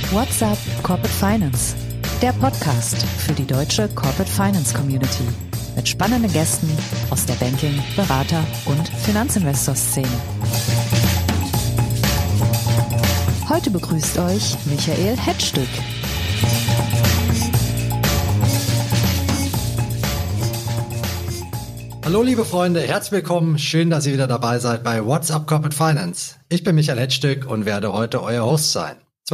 What's up Corporate Finance? Der Podcast für die deutsche Corporate Finance Community mit spannenden Gästen aus der Banking-, Berater- und Finanzinvestor-Szene. Heute begrüßt euch Michael Hettstück. Hallo liebe Freunde, herzlich willkommen. Schön, dass ihr wieder dabei seid bei What's up Corporate Finance. Ich bin Michael Hettstück und werde heute euer Host sein.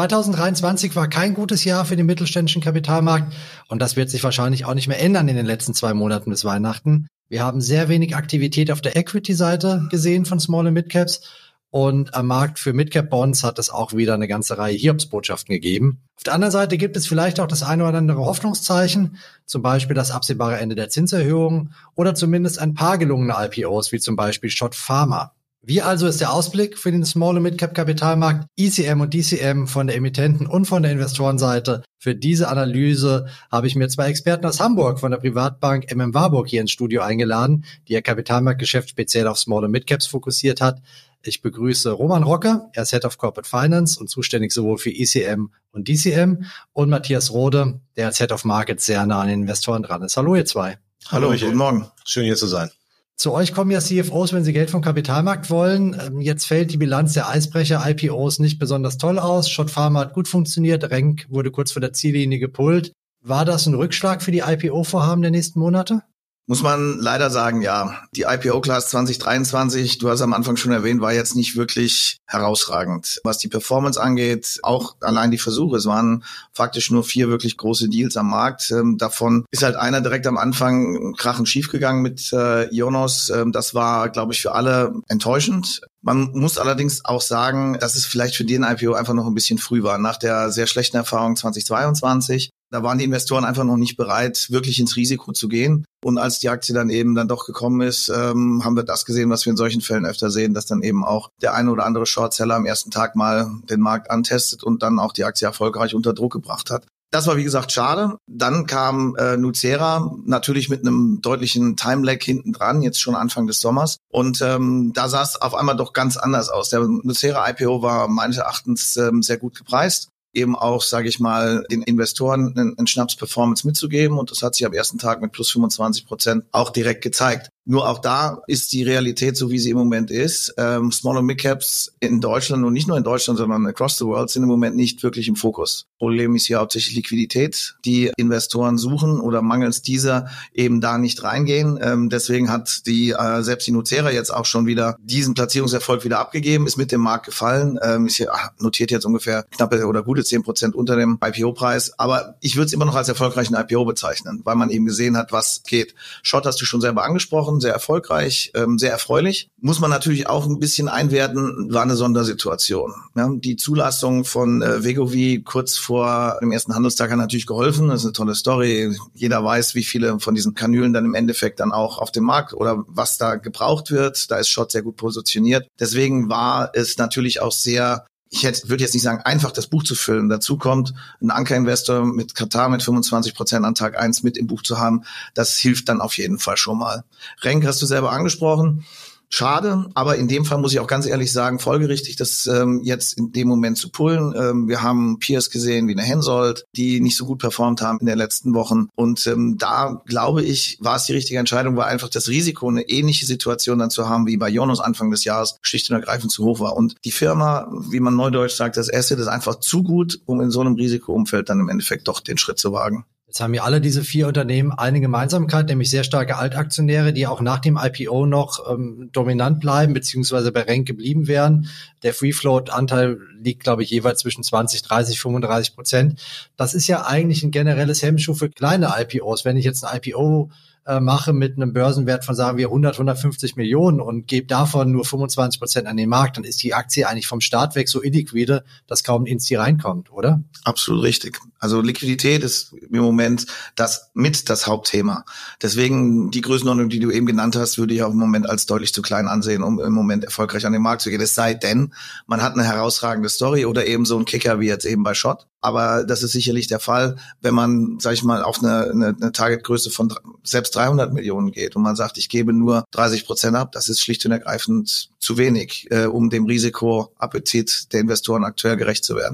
2023 war kein gutes Jahr für den mittelständischen Kapitalmarkt und das wird sich wahrscheinlich auch nicht mehr ändern in den letzten 2 Monaten bis Weihnachten. Wir haben sehr wenig Aktivität auf der Equity-Seite gesehen von Small- und Mid-Caps und am Markt für Mid-Cap-Bonds hat es auch wieder eine ganze Reihe Hiobsbotschaften gegeben. Auf der anderen Seite gibt es vielleicht auch das eine oder andere Hoffnungszeichen, zum Beispiel das absehbare Ende der Zinserhöhungen oder zumindest ein paar gelungene IPOs, wie zum Beispiel Schott Pharma. Wie also ist der Ausblick für den Small- und Mid-Cap-Kapitalmarkt, ECM und DCM von der Emittenten- und von der Investorenseite? Für diese Analyse habe ich mir 2 Experten aus Hamburg von der Privatbank Warburg hier ins Studio eingeladen, die ihr Kapitalmarktgeschäft speziell auf Small- und Mid-Caps fokussiert hat. Ich begrüße Roman Rocke, er ist Head of Corporate Finance und zuständig sowohl für ECM und DCM, und Matthias Rode, der als Head of Markets sehr nah an den Investoren dran ist. Hallo ihr 2. Hallo, guten Morgen. Schön hier zu sein. Zu euch kommen ja CFOs, wenn sie Geld vom Kapitalmarkt wollen. Jetzt fällt die Bilanz der Eisbrecher-IPOs nicht besonders toll aus. Schott Pharma hat gut funktioniert, Renk wurde kurz vor der Ziellinie gepullt. War das ein Rückschlag für die IPO-Vorhaben der nächsten Monate? Muss man leider sagen, ja. Die IPO-Class 2023, du hast am Anfang schon erwähnt, war jetzt nicht wirklich herausragend. Was die Performance angeht, auch allein die Versuche. Es waren faktisch nur 4 wirklich große Deals am Markt. Davon ist halt einer direkt am Anfang krachend schiefgegangen mit Ionos. Das war, glaube ich, für alle enttäuschend. Man muss allerdings auch sagen, dass es vielleicht für den IPO einfach noch ein bisschen früh war. Nach der sehr schlechten Erfahrung 2022, da waren die Investoren einfach noch nicht bereit, wirklich ins Risiko zu gehen. Und als die Aktie dann doch gekommen ist, haben wir das gesehen, was wir in solchen Fällen öfter sehen, dass dann eben auch der eine oder andere Shortseller am ersten Tag mal den Markt antestet und dann auch die Aktie erfolgreich unter Druck gebracht hat. Das war, wie gesagt, schade. Dann kam Nucera, natürlich mit einem deutlichen Time-Lag hinten dran, jetzt schon Anfang des Sommers. Und da sah es auf einmal doch ganz anders aus. Der Nucera-IPO war meines Erachtens sehr gut gepreist. Eben auch, sage ich mal, den Investoren einen Schnaps-Performance mitzugeben. Und das hat sich am ersten Tag mit plus 25% auch direkt gezeigt. Nur auch da ist die Realität so, wie sie im Moment ist. Small- und Mid-Caps in Deutschland und nicht nur in Deutschland, sondern across the world sind im Moment nicht wirklich im Fokus. Problem ist hier hauptsächlich Liquidität, die Investoren suchen oder mangels dieser eben da nicht reingehen. Deswegen hat selbst die Nucera jetzt auch schon wieder diesen Platzierungserfolg wieder abgegeben, ist mit dem Markt gefallen, ist hier notiert jetzt ungefähr knappe oder gute 10% unter dem IPO-Preis. Aber ich würde es immer noch als erfolgreichen IPO bezeichnen, weil man eben gesehen hat, was geht. Schott hast du schon selber angesprochen, sehr erfolgreich, sehr erfreulich. Muss man natürlich auch ein bisschen einwerten, war eine Sondersituation. Ja, die Zulassung von Wegovy kurz vor dem ersten Handelstag hat natürlich geholfen. Das ist eine tolle Story. Jeder weiß, wie viele von diesen Kanülen dann im Endeffekt dann auch auf dem Markt oder was da gebraucht wird. Da ist Schott sehr gut positioniert. Deswegen war es natürlich auch sehr, würde jetzt nicht sagen, einfach das Buch zu füllen. Dazu kommt ein Anker-Investor mit Katar mit 25% an Tag 1 mit im Buch zu haben. Das hilft dann auf jeden Fall schon mal. Renk hast du selber angesprochen. Schade, aber in dem Fall muss ich auch ganz ehrlich sagen, folgerichtig, das jetzt in dem Moment zu pullen. Wir haben Peers gesehen wie eine Hensoldt, die nicht so gut performt haben in den letzten Wochen. Und da, glaube ich, war es die richtige Entscheidung, weil einfach das Risiko, eine ähnliche Situation dann zu haben wie bei Ionos Anfang des Jahres, schlicht und ergreifend zu hoch war. Und die Firma, wie man neudeutsch sagt, das Asset ist einfach zu gut, um in so einem Risikoumfeld dann im Endeffekt doch den Schritt zu wagen. Jetzt haben ja alle diese 4 Unternehmen eine Gemeinsamkeit, nämlich sehr starke Altaktionäre, die auch nach dem IPO noch dominant bleiben, beziehungsweise bei Renk geblieben wären. Der Free-Float-Anteil liegt, glaube ich, jeweils zwischen 20, 30, 35%. Das ist ja eigentlich ein generelles Hemmschuh für kleine IPOs. Wenn ich jetzt ein IPO mache mit einem Börsenwert von, sagen wir, 150 Millionen und gebe davon nur 25% an den Markt, dann ist die Aktie eigentlich vom Start weg so illiquide, dass kaum ein Insti reinkommt, oder? Absolut richtig. Also Liquidität ist im Moment das Hauptthema. Deswegen die Größenordnung, die du eben genannt hast, würde ich auch im Moment als deutlich zu klein ansehen, um im Moment erfolgreich an den Markt zu gehen. Es sei denn, man hat eine herausragende Story oder eben so ein Kicker wie jetzt eben bei Schott. Aber das ist sicherlich der Fall, wenn man, sag ich mal, auf eine Targetgröße von selbst 300 Millionen geht und man sagt, ich gebe nur 30% ab. Das ist schlicht und ergreifend zu wenig, um dem Risikoappetit der Investoren aktuell gerecht zu werden.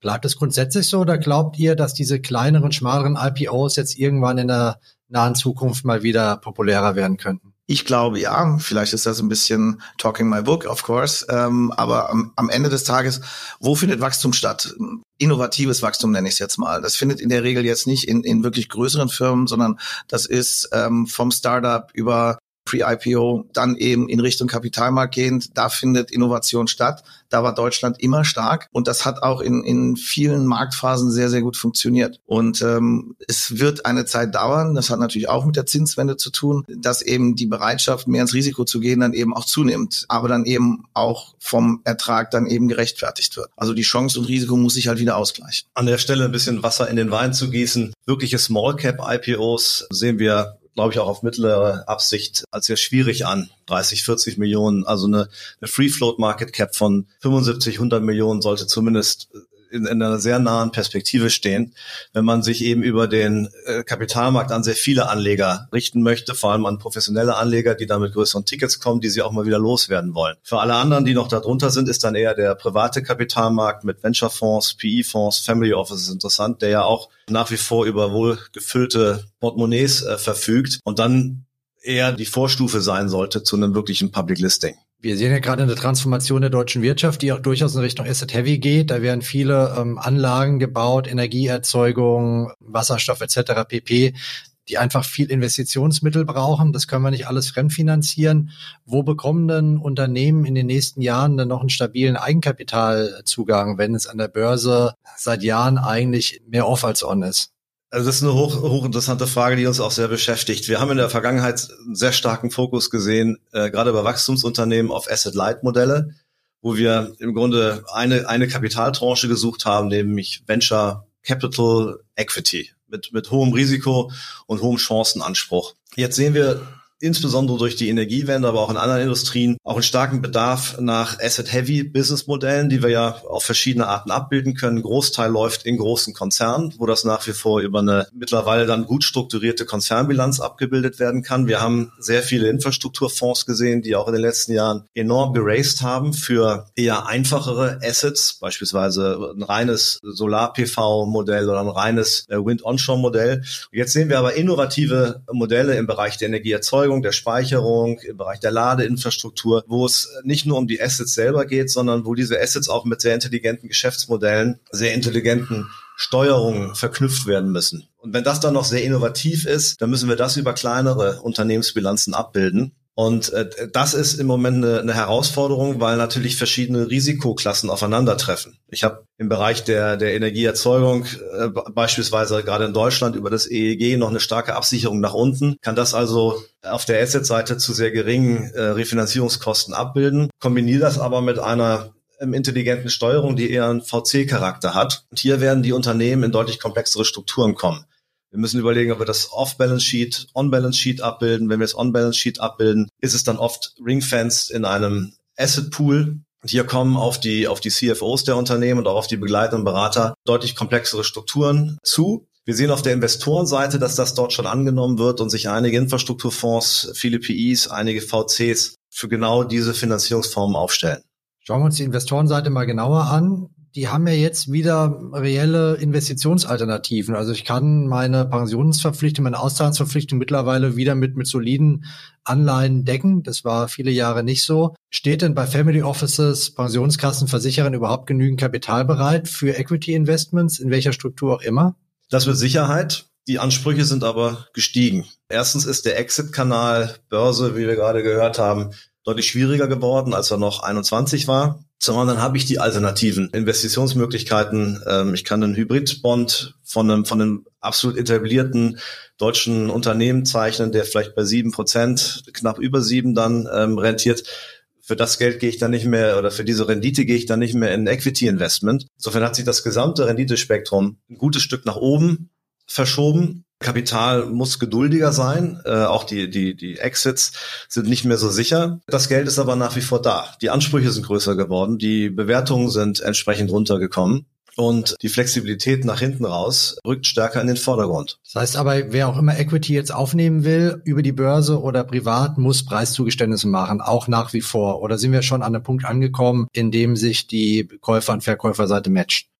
Bleibt es grundsätzlich so oder glaubt ihr, dass diese kleineren, schmaleren IPOs jetzt irgendwann in der nahen Zukunft mal wieder populärer werden könnten? Ich glaube, ja, vielleicht ist das ein bisschen talking my book, of course, aber am Ende des Tages, wo findet Wachstum statt? Innovatives Wachstum nenne ich es jetzt mal. Das findet in der Regel jetzt nicht in wirklich größeren Firmen, sondern das ist vom Startup über Pre-IPO, dann eben in Richtung Kapitalmarkt gehend. Da findet Innovation statt. Da war Deutschland immer stark und das hat auch in vielen Marktphasen sehr, sehr gut funktioniert. Und es wird eine Zeit dauern, das hat natürlich auch mit der Zinswende zu tun, dass eben die Bereitschaft, mehr ins Risiko zu gehen, dann eben auch zunimmt, aber dann eben auch vom Ertrag dann eben gerechtfertigt wird. Also die Chance und Risiko muss sich halt wieder ausgleichen. An der Stelle ein bisschen Wasser in den Wein zu gießen. Wirkliche Small-Cap-IPOs sehen wir, glaube ich, auch auf mittlere Absicht als sehr schwierig an. 30, 40 Millionen, also eine Free-Float-Market-Cap von 75, 100 Millionen sollte zumindest in einer sehr nahen Perspektive stehen, wenn man sich eben über den Kapitalmarkt an sehr viele Anleger richten möchte, vor allem an professionelle Anleger, die dann mit größeren Tickets kommen, die sie auch mal wieder loswerden wollen. Für alle anderen, die noch darunter sind, ist dann eher der private Kapitalmarkt mit Venture-Fonds, PE-Fonds, Family Offices interessant, der ja auch nach wie vor über wohlgefüllte Portemonnaies verfügt und dann eher die Vorstufe sein sollte zu einem wirklichen Public Listing. Wir sehen ja gerade eine Transformation der deutschen Wirtschaft, die auch durchaus in Richtung Asset Heavy geht. Da werden viele Anlagen gebaut, Energieerzeugung, Wasserstoff etc. pp., die einfach viel Investitionsmittel brauchen. Das können wir nicht alles fremdfinanzieren. Wo bekommen denn Unternehmen in den nächsten Jahren dann noch einen stabilen Eigenkapitalzugang, wenn es an der Börse seit Jahren eigentlich mehr off als on ist? Also das ist eine hochinteressante Frage, die uns auch sehr beschäftigt. Wir haben in der Vergangenheit einen sehr starken Fokus gesehen, gerade bei Wachstumsunternehmen auf Asset-Light-Modelle, wo wir im Grunde eine Kapitaltranche gesucht haben, nämlich Venture Capital Equity mit hohem Risiko und hohem Chancenanspruch. Jetzt sehen wir insbesondere durch die Energiewende, aber auch in anderen Industrien, auch einen starken Bedarf nach Asset-Heavy-Business-Modellen, die wir ja auf verschiedene Arten abbilden können. Ein Großteil läuft in großen Konzernen, wo das nach wie vor über eine mittlerweile dann gut strukturierte Konzernbilanz abgebildet werden kann. Wir haben sehr viele Infrastrukturfonds gesehen, die auch in den letzten Jahren enorm geraced haben für eher einfachere Assets, beispielsweise ein reines Solar-PV-Modell oder ein reines Wind-Onshore-Modell. Jetzt sehen wir aber innovative Modelle im Bereich der Energieerzeugung, der Speicherung, im Bereich der Ladeinfrastruktur, wo es nicht nur um die Assets selber geht, sondern wo diese Assets auch mit sehr intelligenten Geschäftsmodellen, sehr intelligenten Steuerungen verknüpft werden müssen. Und wenn das dann noch sehr innovativ ist, dann müssen wir das über kleinere Unternehmensbilanzen abbilden. Und das ist im Moment eine Herausforderung, weil natürlich verschiedene Risikoklassen aufeinandertreffen. Ich habe im Bereich der Energieerzeugung beispielsweise gerade in Deutschland über das EEG noch eine starke Absicherung nach unten, kann das also auf der Asset-Seite zu sehr geringen Refinanzierungskosten abbilden, kombiniere das aber mit einer intelligenten Steuerung, die eher einen VC-Charakter hat. Und hier werden die Unternehmen in deutlich komplexere Strukturen kommen. Wir müssen überlegen, ob wir das Off-Balance-Sheet, On-Balance-Sheet abbilden. Wenn wir es On-Balance-Sheet abbilden, ist es dann oft ring-fenced in einem Asset-Pool. Und hier kommen auf die CFOs der Unternehmen und auch auf die begleitenden Berater deutlich komplexere Strukturen zu. Wir sehen auf der Investorenseite, dass das dort schon angenommen wird und sich einige Infrastrukturfonds, viele PIs, einige VCs für genau diese Finanzierungsformen aufstellen. Schauen wir uns die Investorenseite mal genauer an. Die haben ja jetzt wieder reelle Investitionsalternativen. Also ich kann meine Pensionsverpflichtung, meine Auszahlungsverpflichtung mittlerweile wieder mit soliden Anleihen decken. Das war viele Jahre nicht so. Steht denn bei Family Offices, Pensionskassen, Versicherern überhaupt genügend Kapital bereit für Equity Investments, in welcher Struktur auch immer? Das mit Sicherheit. Die Ansprüche sind aber gestiegen. Erstens ist der Exit-Kanal Börse, wie wir gerade gehört haben, deutlich schwieriger geworden, als er noch 21 war. Zum anderen habe ich die alternativen Investitionsmöglichkeiten. Ich kann einen Hybridbond von einem absolut etablierten deutschen Unternehmen zeichnen, der vielleicht bei 7%, knapp über 7 dann rentiert. Für das Geld gehe ich dann nicht mehr, oder für diese Rendite gehe ich dann nicht mehr in Equity-Investment. Insofern hat sich das gesamte Renditespektrum ein gutes Stück nach oben verschoben. Kapital muss geduldiger sein, auch die Exits sind nicht mehr so sicher. Das Geld ist aber nach wie vor da. Die Ansprüche sind größer geworden, die Bewertungen sind entsprechend runtergekommen und die Flexibilität nach hinten raus rückt stärker in den Vordergrund. Das heißt aber, wer auch immer Equity jetzt aufnehmen will, über die Börse oder privat, muss Preiszugeständnisse machen, auch nach wie vor. Oder sind wir schon an einem Punkt angekommen, in dem sich die Käufer- und Verkäuferseite matcht?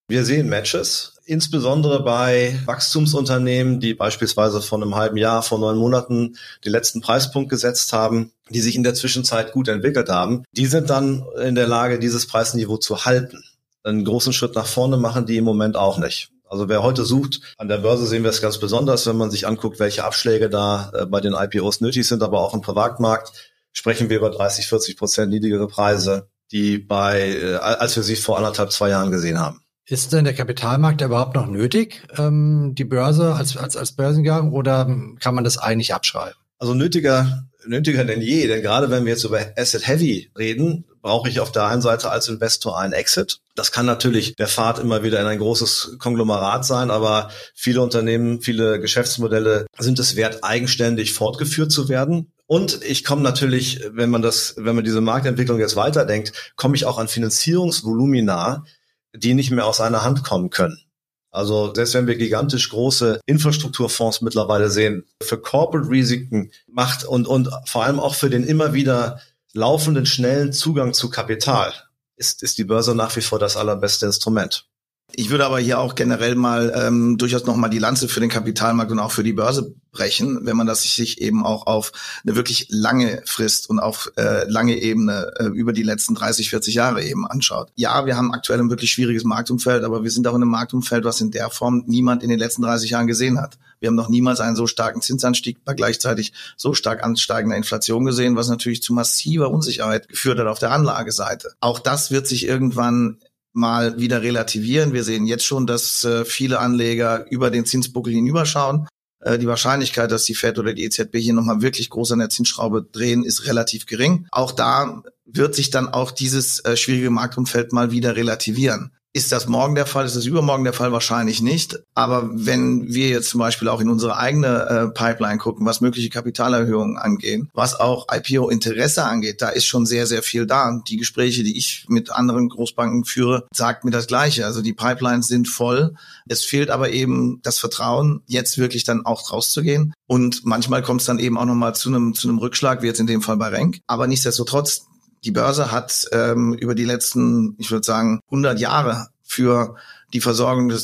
Wir sehen Matches, insbesondere bei Wachstumsunternehmen, die beispielsweise vor einem halben Jahr, vor 9 Monaten den letzten Preispunkt gesetzt haben, die sich in der Zwischenzeit gut entwickelt haben. Die sind dann in der Lage, dieses Preisniveau zu halten. Einen großen Schritt nach vorne machen die im Moment auch nicht. Also wer heute sucht, an der Börse sehen wir es ganz besonders, wenn man sich anguckt, welche Abschläge da bei den IPOs nötig sind, aber auch im Privatmarkt sprechen wir über 30-40% niedrigere Preise, die als wir sie vor 1,5-2 Jahren gesehen haben. Ist denn der Kapitalmarkt überhaupt noch nötig, die Börse als Börsengang, oder kann man das eigentlich abschreiben? Also nötiger denn je, denn gerade wenn wir jetzt über Asset Heavy reden, brauche ich auf der einen Seite als Investor einen Exit. Das kann natürlich der Pfad immer wieder in ein großes Konglomerat sein, aber viele Unternehmen, viele Geschäftsmodelle sind es wert, eigenständig fortgeführt zu werden. Und ich komme natürlich, wenn man diese Marktentwicklung jetzt weiterdenkt, komme ich auch an Finanzierungsvolumina, die nicht mehr aus einer Hand kommen können. Also selbst wenn wir gigantisch große Infrastrukturfonds mittlerweile sehen, für Corporate-Risiken macht und vor allem auch für den immer wieder laufenden, schnellen Zugang zu Kapital ist die Börse nach wie vor das allerbeste Instrument. Ich würde aber hier auch generell mal durchaus nochmal die Lanze für den Kapitalmarkt und auch für die Börse brechen, wenn man das sich eben auch auf eine wirklich lange Frist und auf lange Ebene über die letzten 30, 40 Jahre eben anschaut. Ja, wir haben aktuell ein wirklich schwieriges Marktumfeld, aber wir sind auch in einem Marktumfeld, was in der Form niemand in den letzten 30 Jahren gesehen hat. Wir haben noch niemals einen so starken Zinsanstieg bei gleichzeitig so stark ansteigender Inflation gesehen, was natürlich zu massiver Unsicherheit geführt hat auf der Anlageseite. Auch das wird sich irgendwann mal wieder relativieren. Wir sehen jetzt schon, dass viele Anleger über den Zinsbuckel hinüberschauen. Die Wahrscheinlichkeit, dass die Fed oder die EZB hier nochmal wirklich groß an der Zinsschraube drehen, ist relativ gering. Auch da wird sich dann auch dieses schwierige Marktumfeld mal wieder relativieren. Ist das morgen der Fall? Ist das übermorgen der Fall? Wahrscheinlich nicht. Aber wenn wir jetzt zum Beispiel auch in unsere eigene Pipeline gucken, was mögliche Kapitalerhöhungen angehen, was auch IPO-Interesse angeht, da ist schon sehr, sehr viel da. Die Gespräche, die ich mit anderen Großbanken führe, sagt mir das Gleiche. Also die Pipelines sind voll. Es fehlt aber eben das Vertrauen, jetzt wirklich dann auch rauszugehen. Und manchmal kommt es dann eben auch nochmal zu einem Rückschlag, wie jetzt in dem Fall bei Renk. Aber nichtsdestotrotz, die Börse hat über die letzten, ich würde sagen, 100 Jahre für die Versorgung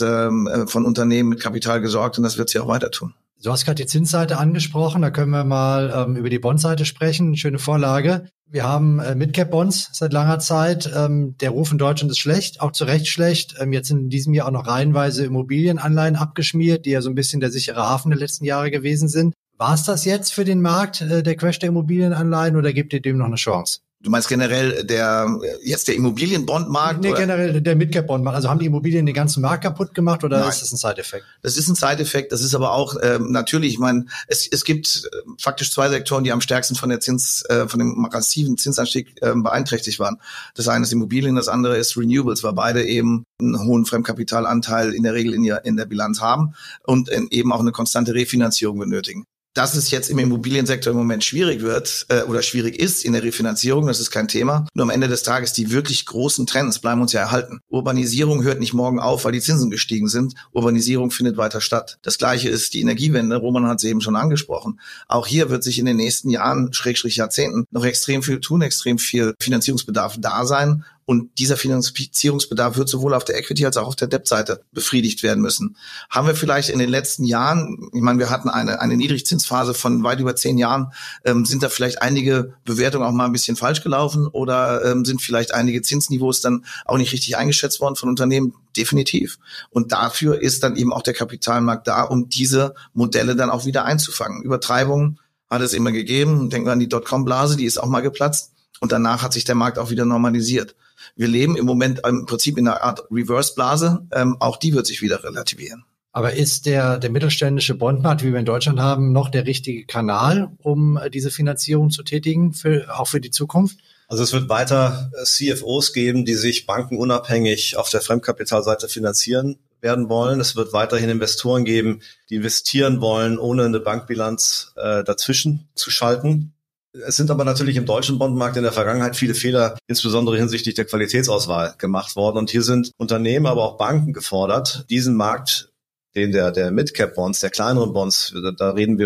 von Unternehmen mit Kapital gesorgt, und das wird sie auch weiter tun. Du hast gerade die Zinsseite angesprochen, da können wir mal über die Bondseite sprechen. Schöne Vorlage. Wir haben Midcap-Bonds seit langer Zeit. Der Ruf in Deutschland ist schlecht, auch zu Recht schlecht. Jetzt sind in diesem Jahr auch noch reihenweise Immobilienanleihen abgeschmiert, die ja so ein bisschen der sichere Hafen der letzten Jahre gewesen sind. War es das jetzt für den Markt, der Crash der Immobilienanleihen, oder gibt ihr dem noch eine Chance? Du meinst generell der Immobilienbondmarkt? Nee, generell der Midcap-Bondmarkt. Also haben die Immobilien den ganzen Markt kaputt gemacht, oder Nein. Ist das ein Side-Effekt? Das ist ein Side-Effekt. Das ist aber auch natürlich, ich meine, es gibt faktisch 2 Sektoren, die am stärksten von dem massiven Zinsanstieg beeinträchtigt waren. Das eine ist Immobilien, das andere ist Renewables, weil beide eben einen hohen Fremdkapitalanteil in der Regel in der Bilanz haben und eben auch eine konstante Refinanzierung benötigen. Dass es jetzt im Immobiliensektor im Moment schwierig wird oder schwierig ist in der Refinanzierung, das ist kein Thema. Nur am Ende des Tages die wirklich großen Trends bleiben uns ja erhalten. Urbanisierung hört nicht morgen auf, weil die Zinsen gestiegen sind. Urbanisierung findet weiter statt. Das Gleiche ist die Energiewende. Roman hat es eben schon angesprochen. Auch hier wird sich in den nächsten Jahren, Jahrzehnten, noch extrem viel tun, extrem viel Finanzierungsbedarf da sein. Und dieser Finanzierungsbedarf wird sowohl auf der Equity als auch auf der Debt-Seite befriedigt werden müssen. Haben wir vielleicht in den letzten Jahren, ich meine, wir hatten eine Niedrigzinsphase von weit über 10 Jahren, sind da vielleicht einige Bewertungen auch mal ein bisschen falsch gelaufen, oder sind vielleicht einige Zinsniveaus dann auch nicht richtig eingeschätzt worden von Unternehmen? Definitiv. Und dafür ist dann eben auch der Kapitalmarkt da, um diese Modelle dann auch wieder einzufangen. Übertreibungen hat es immer gegeben. Denken wir an die Dotcom-Blase, die ist auch mal geplatzt. Und danach hat sich der Markt auch wieder normalisiert. Wir leben im Moment im Prinzip in einer Art Reverse-Blase. Auch die wird sich wieder relativieren. Aber ist der mittelständische Bondmarkt, wie wir in Deutschland haben, noch der richtige Kanal, um diese Finanzierung zu tätigen, auch für die Zukunft? Also es wird weiter CFOs geben, die sich bankenunabhängig auf der Fremdkapitalseite finanzieren werden wollen. Es wird weiterhin Investoren geben, die investieren wollen, ohne eine Bankbilanz dazwischen zu schalten. Es sind aber natürlich im deutschen Bondmarkt in der Vergangenheit viele Fehler, insbesondere hinsichtlich der Qualitätsauswahl, gemacht worden. Und hier sind Unternehmen, aber auch Banken gefordert, diesen Markt, den der Mid-Cap-Bonds, der kleineren Bonds, da reden wir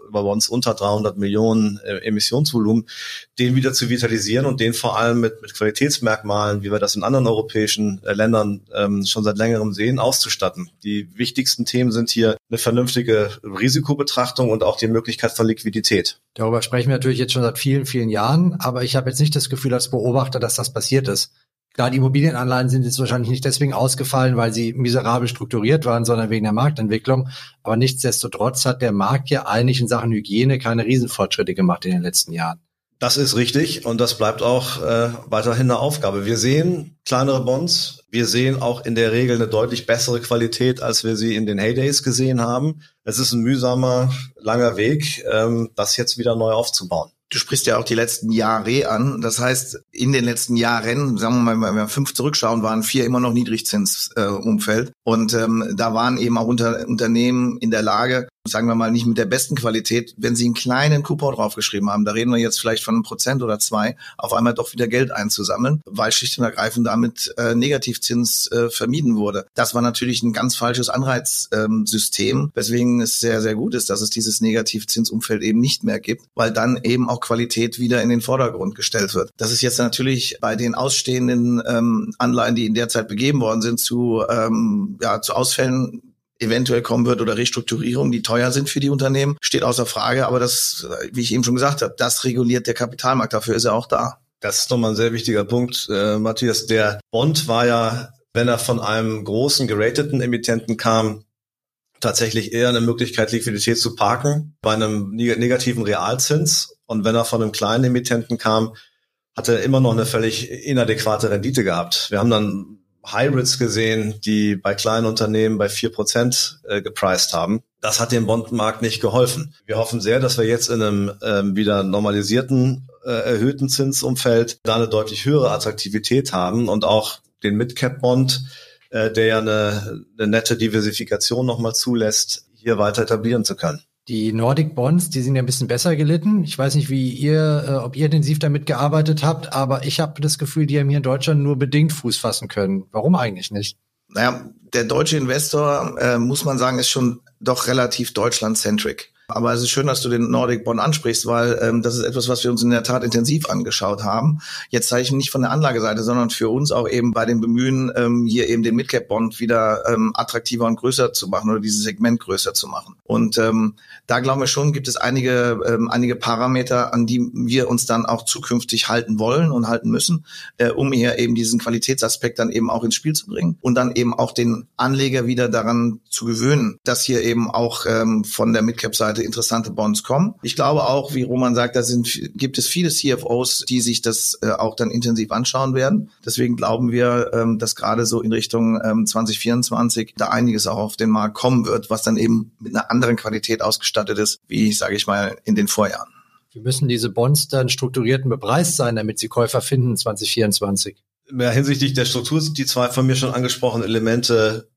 über Bonds unter 300 Millionen Emissionsvolumen, den wieder zu vitalisieren und den vor allem mit Qualitätsmerkmalen, wie wir das in anderen europäischen Ländern schon seit längerem sehen, auszustatten. Die wichtigsten Themen sind hier eine vernünftige Risikobetrachtung und auch die Möglichkeit von Liquidität. Darüber sprechen wir natürlich jetzt schon seit vielen, vielen Jahren, aber ich habe jetzt nicht das Gefühl als Beobachter, dass das passiert ist. Klar, die Immobilienanleihen sind jetzt wahrscheinlich nicht deswegen ausgefallen, weil sie miserabel strukturiert waren, sondern wegen der Marktentwicklung. Aber nichtsdestotrotz hat der Markt ja eigentlich in Sachen Hygiene keine Riesenfortschritte gemacht in den letzten Jahren. Das ist richtig und das bleibt auch weiterhin eine Aufgabe. Wir sehen kleinere Bonds, wir sehen auch in der Regel eine deutlich bessere Qualität, als wir sie in den Heydays gesehen haben. Es ist ein mühsamer, langer Weg, das jetzt wieder neu aufzubauen. Du sprichst ja auch die letzten Jahre an. Das heißt, in den letzten Jahren, sagen wir mal, wenn wir 5 zurückschauen, waren 4 immer noch Niedrigzinsumfeld. Und da waren eben auch Unternehmen in der Lage, sagen wir mal, nicht mit der besten Qualität, wenn sie einen kleinen Coupon draufgeschrieben haben, da reden wir jetzt vielleicht von 1% oder 2%, auf einmal doch wieder Geld einzusammeln, weil schlicht und ergreifend damit Negativzins vermieden wurde. Das war natürlich ein ganz falsches Anreizsystem, weswegen es sehr, sehr gut ist, dass es dieses Negativzinsumfeld eben nicht mehr gibt, weil dann eben auch Qualität wieder in den Vordergrund gestellt wird. Das ist jetzt natürlich bei den ausstehenden Anleihen, die in der Zeit begeben worden sind, zu Ausfällen eventuell kommen wird oder Restrukturierungen, die teuer sind für die Unternehmen, steht außer Frage. Aber das, wie ich eben schon gesagt habe, das reguliert der Kapitalmarkt. Dafür ist er auch da. Das ist nochmal ein sehr wichtiger Punkt, Matthias. Der Bond war ja, wenn er von einem großen gerateten Emittenten kam, tatsächlich eher eine Möglichkeit, Liquidität zu parken bei einem negativen Realzins. Und wenn er von einem kleinen Emittenten kam, hat er immer noch eine völlig inadäquate Rendite gehabt. Wir haben dann Hybrids gesehen, die bei kleinen Unternehmen bei 4% gepriced haben. Das hat dem Bondmarkt nicht geholfen. Wir hoffen sehr, dass wir jetzt in einem wieder normalisierten, erhöhten Zinsumfeld da eine deutlich höhere Attraktivität haben und auch den Mid-Cap-Bond, der ja eine nette Diversifikation nochmal zulässt, hier weiter etablieren zu können. Die Nordic Bonds, die sind ja ein bisschen besser gelitten. Ich weiß nicht, ob ihr intensiv damit gearbeitet habt, aber ich habe das Gefühl, die haben hier in Deutschland nur bedingt Fuß fassen können. Warum eigentlich nicht? Naja, der deutsche Investor, muss man sagen, ist schon doch relativ Deutschland-centric. Aber es ist schön, dass du den Nordic Bond ansprichst, weil das ist etwas, was wir uns in der Tat intensiv angeschaut haben. Jetzt sage ich nicht von der Anlageseite, sondern für uns auch eben bei dem Bemühen, hier eben den Midcap Bond wieder attraktiver und größer zu machen oder dieses Segment größer zu machen. Und da glauben wir schon, gibt es einige Parameter, an die wir uns dann auch zukünftig halten wollen und halten müssen, um hier eben diesen Qualitätsaspekt dann eben auch ins Spiel zu bringen und dann eben auch den Anleger wieder daran zu gewöhnen, dass hier eben auch von der Midcap-Seite interessante Bonds kommen. Ich glaube auch, wie Roman sagt, gibt es viele CFOs, die sich das auch dann intensiv anschauen werden. Deswegen glauben wir, dass gerade so in Richtung 2024 da einiges auch auf den Markt kommen wird, was dann eben mit einer anderen Qualität ausgestattet ist, wie, sage ich mal, in den Vorjahren. Wie müssen diese Bonds dann strukturiert und bepreist sein, damit sie Käufer finden 2024? Ja, hinsichtlich der Struktur sind die zwei von mir schon angesprochenen Elemente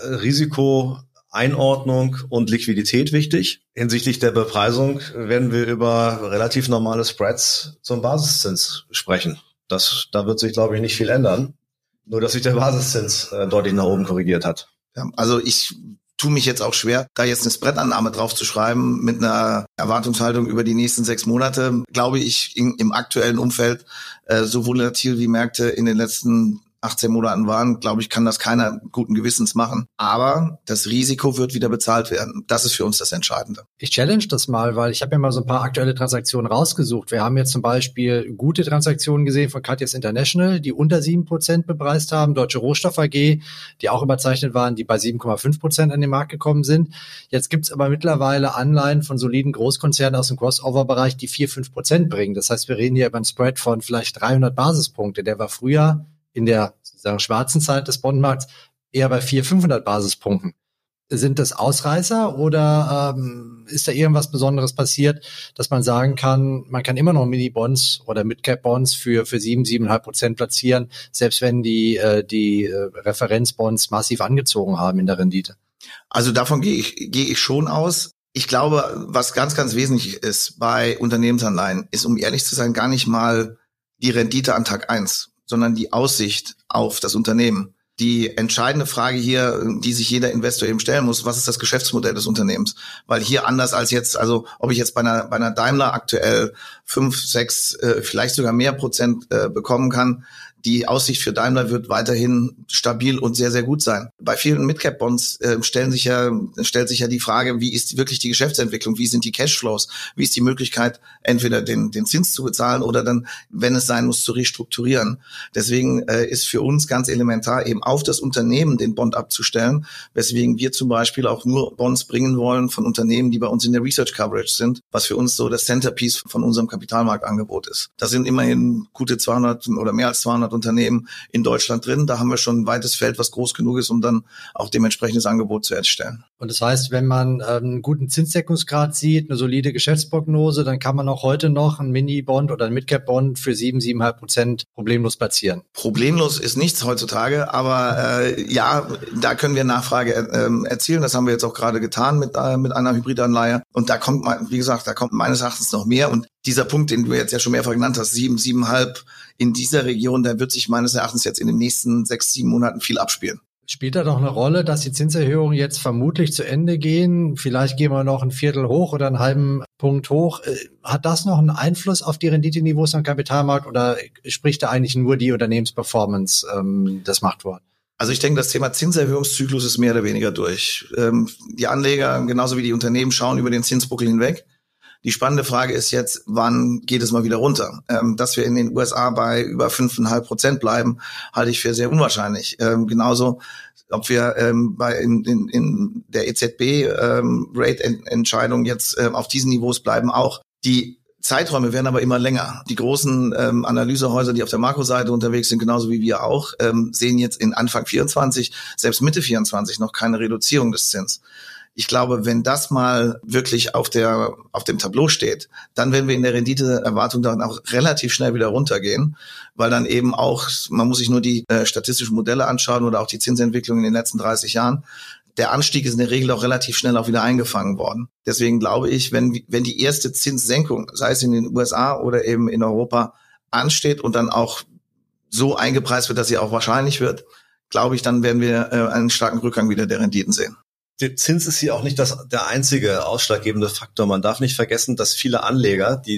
Risiko, Einordnung und Liquidität wichtig. Hinsichtlich der Bepreisung werden wir über relativ normale Spreads zum Basiszins sprechen. Da wird sich, glaube ich, nicht viel ändern. Nur, dass sich der Basiszins deutlich nach oben korrigiert hat. Ja, also ich tue mich jetzt auch schwer, da jetzt eine Spreadannahme drauf zu schreiben mit einer Erwartungshaltung über die nächsten 6 Monate. Glaube ich, im aktuellen Umfeld, so volatil wie Märkte in den letzten 18 Monaten waren, glaube ich, kann das keiner guten Gewissens machen. Aber das Risiko wird wieder bezahlt werden. Das ist für uns das Entscheidende. Ich challenge das mal, weil ich habe ja mal so ein paar aktuelle Transaktionen rausgesucht. Wir haben jetzt zum Beispiel gute Transaktionen gesehen von Katjes International, die unter 7% bepreist haben, Deutsche Rohstoff AG, die auch überzeichnet waren, die bei 7,5% an den Markt gekommen sind. Jetzt gibt's aber mittlerweile Anleihen von soliden Großkonzernen aus dem Crossover-Bereich, die 4-5% bringen. Das heißt, wir reden hier über einen Spread von vielleicht 300 Basispunkte. Der war früher in der sozusagen schwarzen Zeit des Bondmarkts eher bei 400-500 Basispunkten. Sind das Ausreißer oder ist da irgendwas Besonderes passiert, dass man sagen kann, man kann immer noch Mini-Bonds oder Mid-Cap-Bonds für 7,5% platzieren, selbst wenn die Referenzbonds massiv angezogen haben in der Rendite? Also davon gehe ich schon aus. Ich glaube, was ganz, ganz wesentlich ist bei Unternehmensanleihen, ist, um ehrlich zu sein, gar nicht mal die Rendite an Tag 1, sondern die Aussicht auf das Unternehmen. Die entscheidende Frage hier, die sich jeder Investor eben stellen muss, was ist das Geschäftsmodell des Unternehmens? Weil hier anders als jetzt, also ob ich jetzt bei einer Daimler aktuell 5, 6, vielleicht sogar mehr Prozent bekommen kann, die Aussicht für Daimler wird weiterhin stabil und sehr, sehr gut sein. Bei vielen Midcap-Bonds stellt sich ja die Frage, wie ist wirklich die Geschäftsentwicklung, wie sind die Cashflows, wie ist die Möglichkeit, entweder den Zins zu bezahlen oder dann, wenn es sein muss, zu restrukturieren. Deswegen ist für uns ganz elementar, eben auf das Unternehmen den Bond abzustellen, weswegen wir zum Beispiel auch nur Bonds bringen wollen von Unternehmen, die bei uns in der Research Coverage sind, was für uns so das Centerpiece von unserem Kapitalmarktangebot ist. Da sind immerhin gute 200 oder mehr als 200 Unternehmen in Deutschland drin. Da haben wir schon ein weites Feld, was groß genug ist, um dann auch dementsprechendes Angebot zu erstellen. Und das heißt, wenn man einen guten Zinsdeckungsgrad sieht, eine solide Geschäftsprognose, dann kann man auch heute noch einen Mini-Bond oder einen Midcap-Bond für 7,5% problemlos platzieren. Problemlos ist nichts heutzutage, aber ja, da können wir Nachfrage erzielen. Das haben wir jetzt auch gerade getan mit einer Hybridanleihe. Und da kommt, wie gesagt, meines Erachtens noch mehr. Und dieser Punkt, den du jetzt ja schon mehrfach genannt hast, 7,5 in dieser Region, da wird sich meines Erachtens jetzt in den nächsten 6, 7 Monaten viel abspielen. Spielt da doch eine Rolle, dass die Zinserhöhungen jetzt vermutlich zu Ende gehen? Vielleicht gehen wir noch ein Viertel hoch oder einen halben Punkt hoch. Hat das noch einen Einfluss auf die Renditeniveaus am Kapitalmarkt oder spricht da eigentlich nur die Unternehmensperformance das Machtwort? Also ich denke, das Thema Zinserhöhungszyklus ist mehr oder weniger durch. Die Anleger, genauso wie die Unternehmen, schauen über den Zinsbuckel hinweg. Die spannende Frage ist jetzt, wann geht es mal wieder runter? Dass wir in den USA bei über 5,5% bleiben, halte ich für sehr unwahrscheinlich. Genauso, ob wir in der EZB-Rate-Entscheidung jetzt auf diesen Niveaus bleiben, auch. Die Zeiträume werden aber immer länger. Die großen Analysehäuser, die auf der Makroseite unterwegs sind, genauso wie wir auch, sehen jetzt in Anfang 24, selbst Mitte 24 noch keine Reduzierung des Zins. Ich glaube, wenn das mal wirklich auf dem Tableau steht, dann werden wir in der Renditeerwartung dann auch relativ schnell wieder runtergehen, weil dann eben auch, man muss sich nur die statistischen Modelle anschauen oder auch die Zinsentwicklung in den letzten 30 Jahren. Der Anstieg ist in der Regel auch relativ schnell auch wieder eingefangen worden. Deswegen glaube ich, wenn die erste Zinssenkung, sei es in den USA oder eben in Europa, ansteht und dann auch so eingepreist wird, dass sie auch wahrscheinlich wird, glaube ich, dann werden wir einen starken Rückgang wieder der Renditen sehen. Der Zins ist hier auch nicht der einzige ausschlaggebende Faktor. Man darf nicht vergessen, dass viele Anleger, die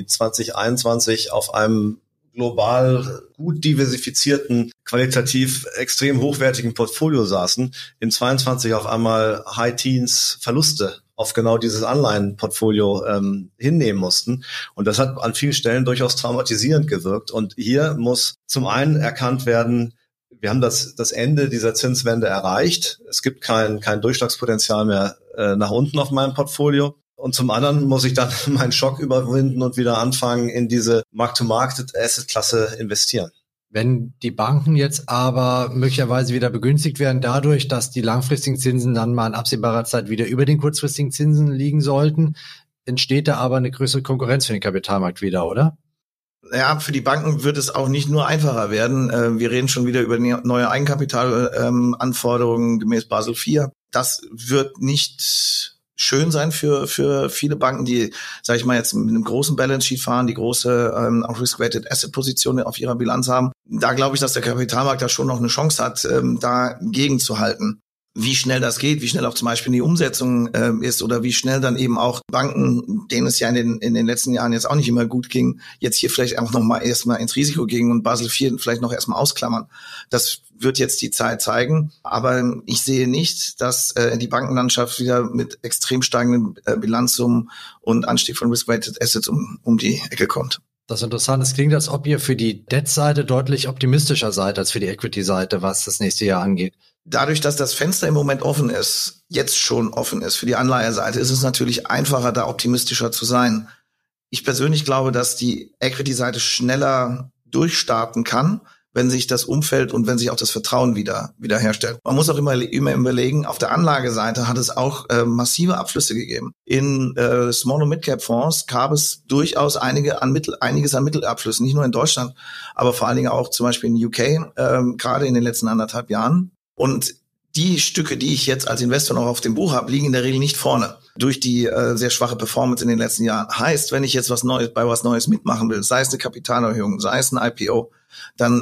2021 auf einem global gut diversifizierten, qualitativ extrem hochwertigen Portfolio saßen, in 22 auf einmal High-Teens Verluste auf genau dieses Anleihenportfolio hinnehmen mussten. Und das hat an vielen Stellen durchaus traumatisierend gewirkt. Und hier muss zum einen erkannt werden, wir haben das Ende dieser Zinswende erreicht. Es gibt kein Durchschlagspotenzial mehr nach unten auf meinem Portfolio. Und zum anderen muss ich dann meinen Schock überwinden und wieder anfangen, in diese Mark-to-Market-Asset-Klasse investieren. Wenn die Banken jetzt aber möglicherweise wieder begünstigt werden dadurch, dass die langfristigen Zinsen dann mal in absehbarer Zeit wieder über den kurzfristigen Zinsen liegen sollten, entsteht da aber eine größere Konkurrenz für den Kapitalmarkt wieder, oder? Ja, für die Banken wird es auch nicht nur einfacher werden. Wir reden schon wieder über neue Eigenkapitalanforderungen gemäß Basel IV. Das wird nicht schön sein für viele Banken, die, sage ich mal, jetzt mit einem großen Balance Sheet fahren, die große auch Risk-Weighted Asset-Positionen auf ihrer Bilanz haben. Da glaube ich, dass der Kapitalmarkt da schon noch eine Chance hat, da gegenzuhalten. Wie schnell das geht, wie schnell auch zum Beispiel die Umsetzung ist oder wie schnell dann eben auch Banken, denen es ja in den letzten Jahren jetzt auch nicht immer gut ging, jetzt hier vielleicht auch noch mal erstmal ins Risiko gingen und Basel IV vielleicht noch erstmal ausklammern. Das wird jetzt die Zeit zeigen. Aber ich sehe nicht, dass die Bankenlandschaft wieder mit extrem steigenden Bilanzsummen und Anstieg von Risk-Weighted Assets um die Ecke kommt. Das ist interessant. Es klingt, als ob ihr für die Debt-Seite deutlich optimistischer seid als für die Equity-Seite, was das nächste Jahr angeht. Dadurch, dass das Fenster im Moment offen ist, jetzt schon offen ist für die Anleiherseite, ist es natürlich einfacher, da optimistischer zu sein. Ich persönlich glaube, dass die Equity-Seite schneller durchstarten kann, wenn sich das Umfeld und wenn sich auch das Vertrauen wieder herstellt. Man muss auch immer überlegen, auf der Anlageseite hat es auch massive Abflüsse gegeben. In Small- und Mid-Cap-Fonds gab es durchaus einiges an Mittelabflüssen, nicht nur in Deutschland, aber vor allen Dingen auch zum Beispiel in UK, gerade in den letzten 1,5 Jahren. Und die Stücke, die ich jetzt als Investor noch auf dem Buch habe, liegen in der Regel nicht vorne durch die sehr schwache Performance in den letzten Jahren. Heißt, wenn ich jetzt was Neues mitmachen will, sei es eine Kapitalerhöhung, sei es ein IPO, dann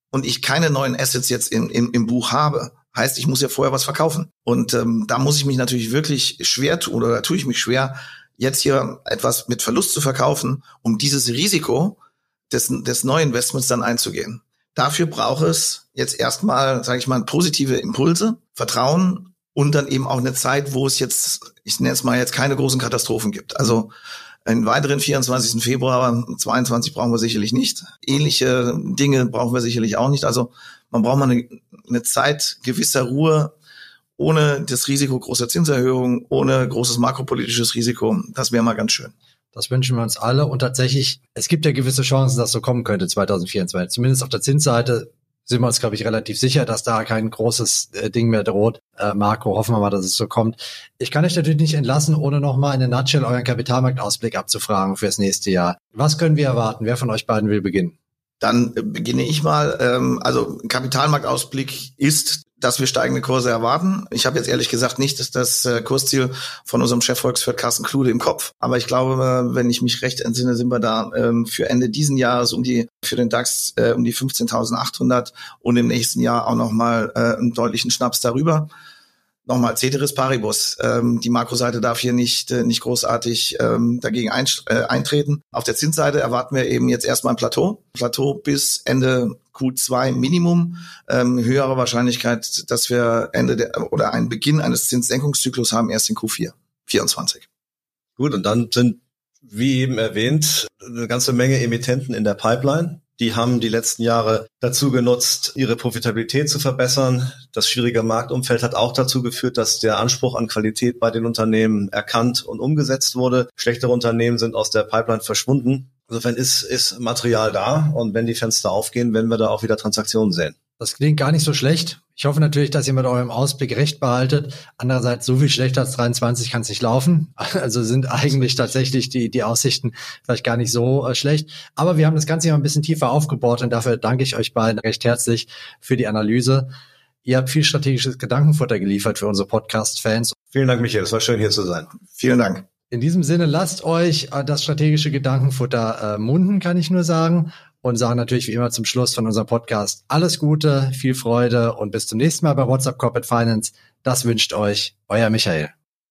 und ich keine neuen Assets jetzt im Buch habe, heißt, ich muss ja vorher was verkaufen. Und da muss ich mich natürlich wirklich schwer tun, oder da tue ich mich schwer, jetzt hier etwas mit Verlust zu verkaufen, um dieses Risiko des Neuinvestments dann einzugehen. Dafür braucht es jetzt erstmal, sage ich mal, positive Impulse, Vertrauen und dann eben auch eine Zeit, wo es jetzt, ich nenne es mal jetzt, keine großen Katastrophen gibt. Also einen weiteren 24. Februar 22 brauchen wir sicherlich nicht. Ähnliche Dinge brauchen wir sicherlich auch nicht. Also man braucht mal eine Zeit gewisser Ruhe, ohne das Risiko großer Zinserhöhungen, ohne großes makropolitisches Risiko. Das wäre mal ganz schön. Das wünschen wir uns alle. Und tatsächlich, es gibt ja gewisse Chancen, dass so kommen könnte 2024. Zumindest auf der Zinsseite sind wir uns, glaube ich, relativ sicher, dass da kein großes Ding mehr droht. Marco, hoffen wir mal, dass es so kommt. Ich kann euch natürlich nicht entlassen, ohne nochmal in der Nutshell euren Kapitalmarktausblick abzufragen fürs nächste Jahr. Was können wir erwarten? Wer von euch beiden will beginnen? Dann beginne ich mal. Also Kapitalmarktausblick ist, dass wir steigende Kurse erwarten. Ich habe jetzt ehrlich gesagt nicht das Kursziel von unserem Chefvolkswirt Carsten Klude im Kopf. Aber ich glaube, wenn ich mich recht entsinne, sind wir da für Ende diesen Jahres für den DAX um die 15.800 und im nächsten Jahr auch nochmal einen deutlichen Schnaps darüber. Nochmal Ceteris Paribus. Die Makroseite darf hier nicht großartig dagegen eintreten. Auf der Zinsseite erwarten wir eben jetzt erstmal ein Plateau. Plateau bis Ende Q2 Minimum. Höhere Wahrscheinlichkeit, dass wir oder einen Beginn eines Zinssenkungszyklus haben, erst in Q4 24. Gut, und dann sind, wie eben erwähnt, eine ganze Menge Emittenten in der Pipeline. Die haben die letzten Jahre dazu genutzt, ihre Profitabilität zu verbessern. Das schwierige Marktumfeld hat auch dazu geführt, dass der Anspruch an Qualität bei den Unternehmen erkannt und umgesetzt wurde. Schlechtere Unternehmen sind aus der Pipeline verschwunden. Insofern ist Material da, und wenn die Fenster aufgehen, werden wir da auch wieder Transaktionen sehen. Das klingt gar nicht so schlecht. Ich hoffe natürlich, dass ihr mit eurem Ausblick recht behaltet. Andererseits, so viel schlechter als 23 kann es nicht laufen. Also sind eigentlich tatsächlich die Aussichten vielleicht gar nicht so schlecht. Aber wir haben das Ganze ja ein bisschen tiefer aufgebaut, und dafür danke ich euch beiden recht herzlich für die Analyse. Ihr habt viel strategisches Gedankenfutter geliefert für unsere Podcast-Fans. Vielen Dank, Michael. Es war schön, hier zu sein. Vielen Dank. In diesem Sinne, lasst euch das strategische Gedankenfutter munden, kann ich nur sagen. Und sagen natürlich wie immer zum Schluss von unserem Podcast alles Gute, viel Freude und bis zum nächsten Mal bei WhatsApp Corporate Finance. Das wünscht euch euer Michael.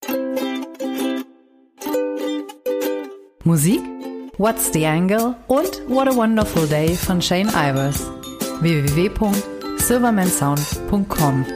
Musik, What's the Angle und What a Wonderful Day von Shane Ivers. www.silvermansound.com